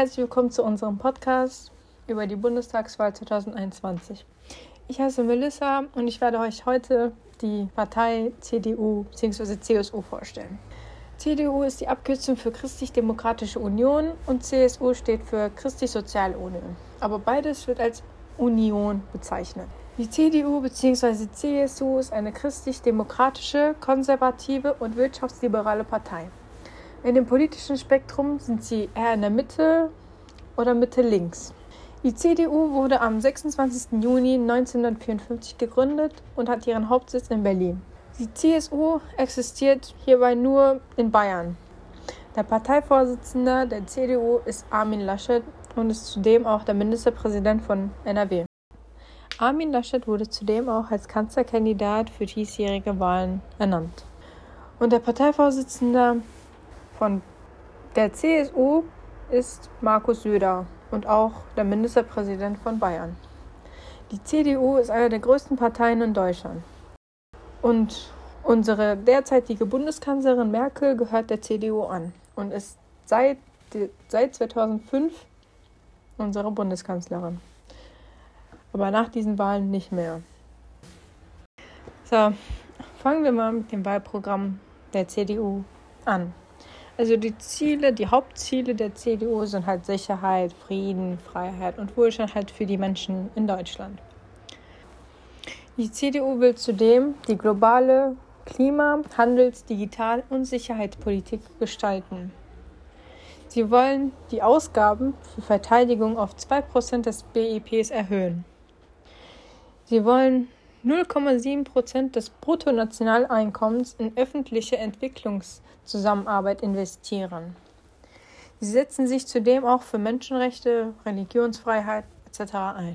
herzlich willkommen zu unserem Podcast über die Bundestagswahl 2021. Ich heiße Melissa und ich werde euch heute die Partei CDU bzw. CSU vorstellen. CDU ist die Abkürzung für Christlich-Demokratische Union und CSU steht für Christlich-Soziale Union. Aber beides wird als Union bezeichnet. Die CDU bzw. CSU ist eine christlich-demokratische, konservative und wirtschaftsliberale Partei. In dem politischen Spektrum sind sie eher in der Mitte oder Mitte-links. Die CDU wurde am 26. Juni 1954 gegründet und hat ihren Hauptsitz in Berlin. Die CSU existiert hierbei nur in Bayern. Der Parteivorsitzende der CDU ist Armin Laschet und ist zudem auch der Ministerpräsident von NRW. Armin Laschet wurde zudem auch als Kanzlerkandidat für diesjährige Wahlen ernannt. Und der Parteivorsitzende von der CSU ist Markus Söder und auch der Ministerpräsident von Bayern. Die CDU ist eine der größten Parteien in Deutschland. Und unsere derzeitige Bundeskanzlerin Merkel gehört der CDU an und ist seit 2005 unsere Bundeskanzlerin. Aber nach diesen Wahlen nicht mehr. So, fangen wir mal mit dem Wahlprogramm der CDU an. Also die Hauptziele der CDU sind halt Sicherheit, Frieden, Freiheit und Wohlstand halt für die Menschen in Deutschland. Die CDU will zudem die globale Klima-, Handels-, Digital- und Sicherheitspolitik gestalten. Sie wollen die Ausgaben für Verteidigung auf 2% des BIPs erhöhen. Sie wollen 0,7% des Bruttonationaleinkommens in öffentliche Entwicklungszusammenarbeit investieren. Sie setzen sich zudem auch für Menschenrechte, Religionsfreiheit etc. ein.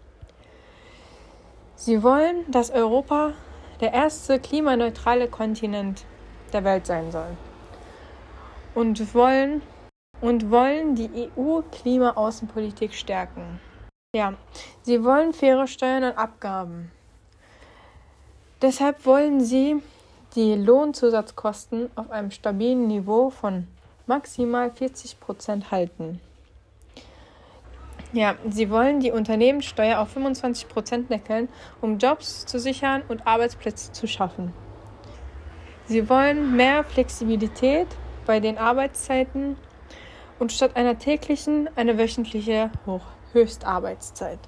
Sie wollen, dass Europa der erste klimaneutrale Kontinent der Welt sein soll. Und wollen die EU-Klima-Außenpolitik stärken. Ja, sie wollen faire Steuern und Abgaben. Deshalb wollen sie die Lohnzusatzkosten auf einem stabilen Niveau von maximal 40% halten. Ja, sie wollen die Unternehmenssteuer auf 25% deckeln, um Jobs zu sichern und Arbeitsplätze zu schaffen. Sie wollen mehr Flexibilität bei den Arbeitszeiten und statt einer täglichen eine wöchentliche Höchstarbeitszeit.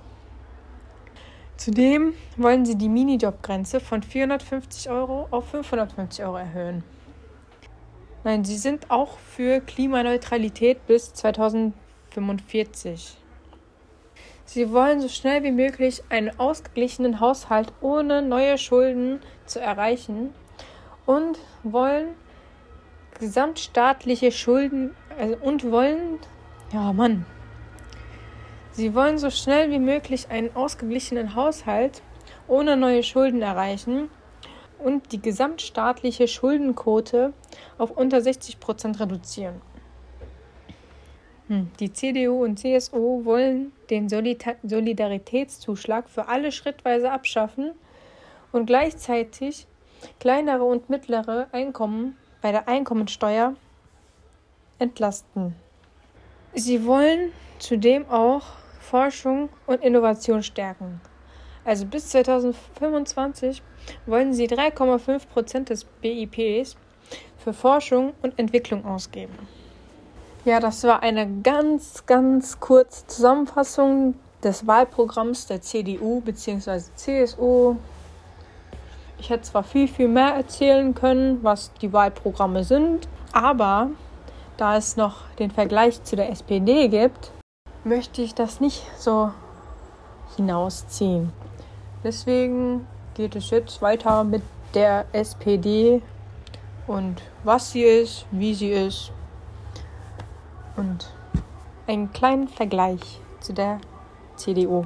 Zudem wollen sie die Minijobgrenze von 450 € auf 550 € erhöhen. Nein, sie sind auch für Klimaneutralität bis 2045. Sie wollen so schnell wie möglich einen ausgeglichenen Haushalt ohne neue Schulden zu erreichen und wollen gesamtstaatliche Schulden Sie wollen so schnell wie möglich einen ausgeglichenen Haushalt ohne neue Schulden erreichen und die gesamtstaatliche Schuldenquote auf unter 60% reduzieren. Die CDU und CSU wollen den Solidaritätszuschlag für alle schrittweise abschaffen und gleichzeitig kleinere und mittlere Einkommen bei der Einkommensteuer entlasten. Sie wollen zudem auch Forschung und Innovation stärken. Also bis 2025 wollen sie 3,5% des BIPs für Forschung und Entwicklung ausgeben. Ja, das war eine ganz, ganz kurze Zusammenfassung des Wahlprogramms der CDU bzw. CSU. Ich hätte zwar viel mehr erzählen können, was die Wahlprogramme sind, aber da es noch den Vergleich zu der SPD gibt, möchte ich das nicht so hinausziehen. Deswegen geht es jetzt weiter mit der SPD und was sie ist, wie sie ist und einen kleinen Vergleich zu der CDU.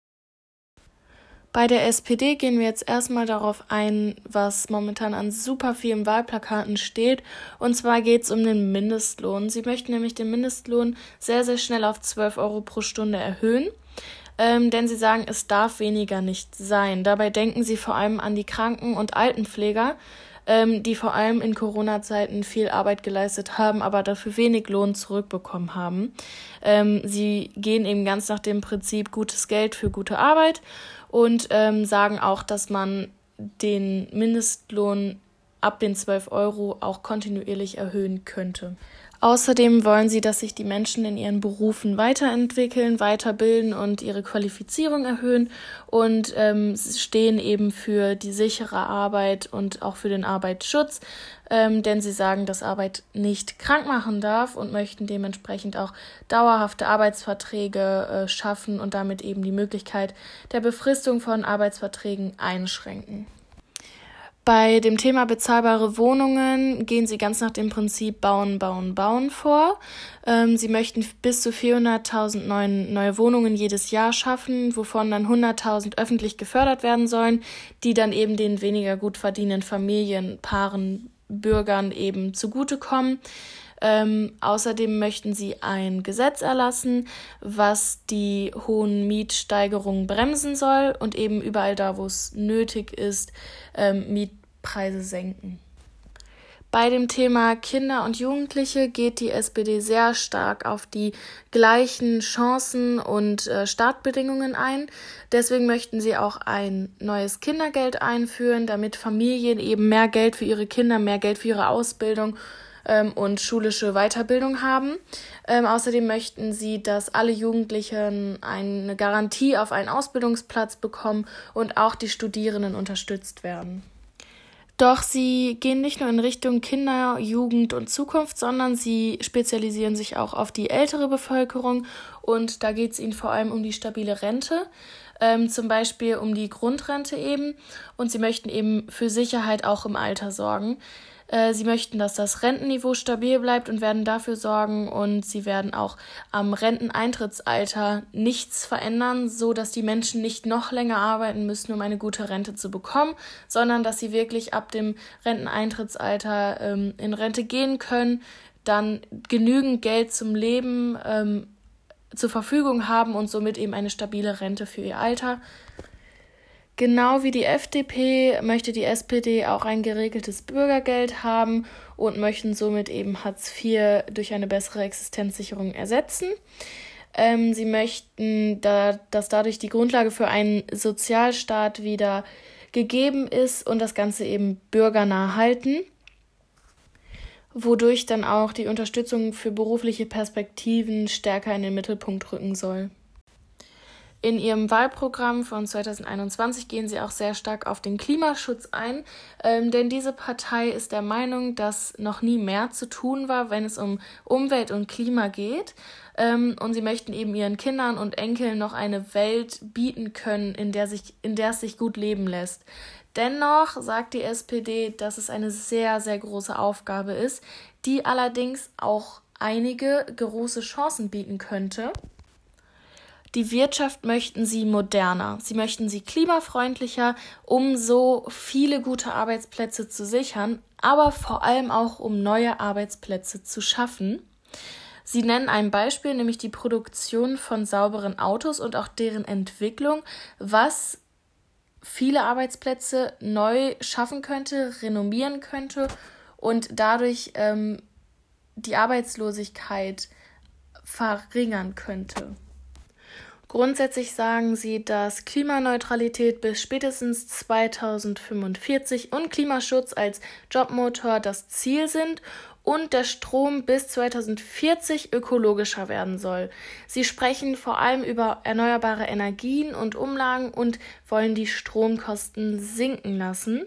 Bei der SPD gehen wir jetzt erstmal darauf ein, was momentan an super vielen Wahlplakaten steht. Und zwar geht es um den Mindestlohn. Sie möchten nämlich den Mindestlohn sehr, sehr schnell auf 12 € pro Stunde erhöhen. denn sie sagen, es darf weniger nicht sein. Dabei denken sie vor allem an die Kranken- und Altenpfleger, die vor allem in Corona-Zeiten viel Arbeit geleistet haben, aber dafür wenig Lohn zurückbekommen haben. Sie gehen eben ganz nach dem Prinzip gutes Geld für gute Arbeit und sagen auch, dass man den Mindestlohn ab den 12 € auch kontinuierlich erhöhen könnte. Außerdem wollen sie, dass sich die Menschen in ihren Berufen weiterentwickeln, weiterbilden und ihre Qualifizierung erhöhen und stehen eben für die sichere Arbeit und auch für den Arbeitsschutz, denn sie sagen, dass Arbeit nicht krank machen darf und möchten dementsprechend auch dauerhafte Arbeitsverträge schaffen und damit eben die Möglichkeit der Befristung von Arbeitsverträgen einschränken. Bei dem Thema bezahlbare Wohnungen gehen sie ganz nach dem Prinzip Bauen, Bauen, Bauen vor. Sie möchten bis zu 400.000 neue Wohnungen jedes Jahr schaffen, wovon dann 100.000 öffentlich gefördert werden sollen, die dann eben den weniger gut verdienenden Familien, Paaren, Bürgern eben zugutekommen. Außerdem möchten sie ein Gesetz erlassen, was die hohen Mietsteigerungen bremsen soll und eben überall da, wo es nötig ist, Mietpreise senken. Bei dem Thema Kinder und Jugendliche geht die SPD sehr stark auf die gleichen Chancen und Startbedingungen ein. Deswegen möchten sie auch ein neues Kindergeld einführen, damit Familien eben mehr Geld für ihre Kinder, mehr Geld für ihre Ausbildung und schulische Weiterbildung haben. Außerdem möchten sie, dass alle Jugendlichen eine Garantie auf einen Ausbildungsplatz bekommen und auch die Studierenden unterstützt werden. Doch sie gehen nicht nur in Richtung Kinder, Jugend und Zukunft, sondern sie spezialisieren sich auch auf die ältere Bevölkerung und da geht es ihnen vor allem um die stabile Rente, zum Beispiel um die Grundrente eben, und sie möchten eben für Sicherheit auch im Alter sorgen. Sie möchten, dass das Rentenniveau stabil bleibt und werden dafür sorgen, und sie werden auch am Renteneintrittsalter nichts verändern, so dass die Menschen nicht noch länger arbeiten müssen, um eine gute Rente zu bekommen, sondern dass sie wirklich ab dem Renteneintrittsalter in Rente gehen können, dann genügend Geld zum Leben zur Verfügung haben und somit eben eine stabile Rente für ihr Alter. Genau wie die FDP möchte die SPD auch ein geregeltes Bürgergeld haben und möchten somit eben Hartz IV durch eine bessere Existenzsicherung ersetzen. Sie möchten, dass dadurch die Grundlage für einen Sozialstaat wieder gegeben ist und das Ganze eben bürgernah halten, wodurch dann auch die Unterstützung für berufliche Perspektiven stärker in den Mittelpunkt rücken soll. In ihrem Wahlprogramm von 2021 gehen sie auch sehr stark auf den Klimaschutz ein, denn diese Partei ist der Meinung, dass noch nie mehr zu tun war, wenn es um Umwelt und Klima geht. Und sie möchten eben ihren Kindern und Enkeln noch eine Welt bieten können, in der es sich gut leben lässt. Dennoch sagt die SPD, dass es eine sehr, sehr große Aufgabe ist, die allerdings auch einige große Chancen bieten könnte. Die Wirtschaft möchten sie moderner, sie möchten sie klimafreundlicher, um so viele gute Arbeitsplätze zu sichern, aber vor allem auch, um neue Arbeitsplätze zu schaffen. Sie nennen ein Beispiel, nämlich die Produktion von sauberen Autos und auch deren Entwicklung, was viele Arbeitsplätze neu schaffen könnte, renommieren könnte und dadurch die Arbeitslosigkeit verringern könnte. Grundsätzlich sagen sie, dass Klimaneutralität bis spätestens 2045 und Klimaschutz als Jobmotor das Ziel sind und der Strom bis 2040 ökologischer werden soll. Sie sprechen vor allem über erneuerbare Energien und Umlagen und wollen die Stromkosten sinken lassen.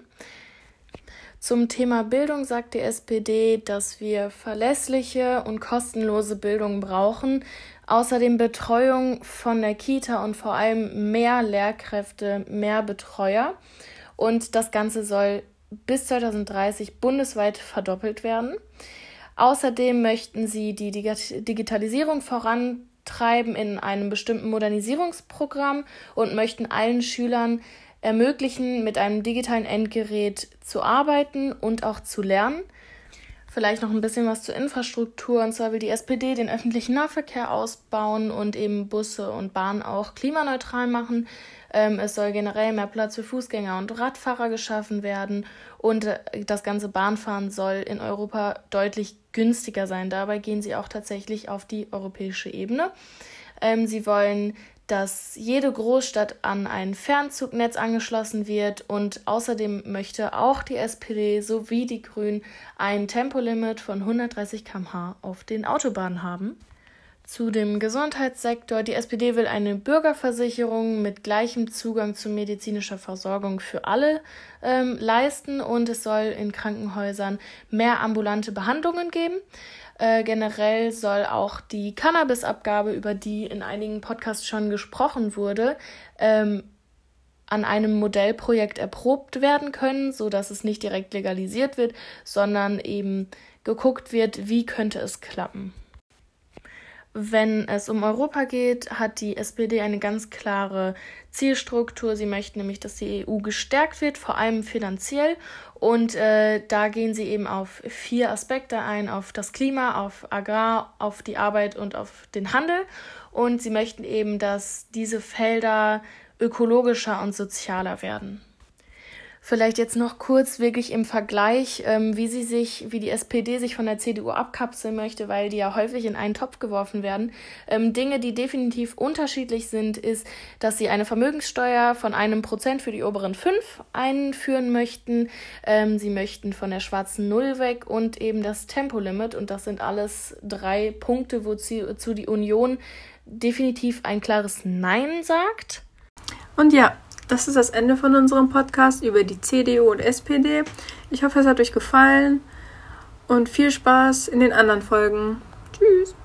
Zum Thema Bildung sagt die SPD, dass wir verlässliche und kostenlose Bildung brauchen, außerdem Betreuung von der Kita und vor allem mehr Lehrkräfte, mehr Betreuer. Und das Ganze soll bis 2030 bundesweit verdoppelt werden. Außerdem möchten sie die Digitalisierung vorantreiben in einem bestimmten Modernisierungsprogramm und möchten allen Schülern ermöglichen, mit einem digitalen Endgerät zu arbeiten und auch zu lernen. Vielleicht noch ein bisschen was zur Infrastruktur. Und zwar will die SPD den öffentlichen Nahverkehr ausbauen und eben Busse und Bahnen auch klimaneutral machen. Es soll generell mehr Platz für Fußgänger und Radfahrer geschaffen werden. Und das ganze Bahnfahren soll in Europa deutlich günstiger sein. Dabei gehen sie auch tatsächlich auf die europäische Ebene. Sie wollen, dass jede Großstadt an ein Fernzugnetz angeschlossen wird und außerdem möchte auch die SPD sowie die Grünen ein Tempolimit von 130 km/h auf den Autobahnen haben. Zu dem Gesundheitssektor. Die SPD will eine Bürgerversicherung mit gleichem Zugang zu medizinischer Versorgung für alle leisten und es soll in Krankenhäusern mehr ambulante Behandlungen geben. Generell soll auch die Cannabisabgabe, über die in einigen Podcasts schon gesprochen wurde, an einem Modellprojekt erprobt werden können, sodass es nicht direkt legalisiert wird, sondern eben geguckt wird, wie könnte es klappen. Wenn es um Europa geht, hat die SPD eine ganz klare Zielstruktur. Sie möchten nämlich, dass die EU gestärkt wird, vor allem finanziell. Und da gehen sie eben auf 4 Aspekte ein, auf das Klima, auf Agrar, auf die Arbeit und auf den Handel. Und sie möchten eben, dass diese Felder ökologischer und sozialer werden. Vielleicht jetzt noch kurz wirklich im Vergleich, wie die SPD sich von der CDU abkapseln möchte, weil die ja häufig in einen Topf geworfen werden. Dinge, die definitiv unterschiedlich sind, ist, dass sie eine Vermögenssteuer von 1% für die oberen 5 einführen möchten. Sie möchten von der schwarzen Null weg und eben das Tempolimit. Und das sind alles 3 Punkte, wozu die Union definitiv ein klares Nein sagt. Und ja, das ist das Ende von unserem Podcast über die CDU und SPD. Ich hoffe, es hat euch gefallen und viel Spaß in den anderen Folgen. Tschüss!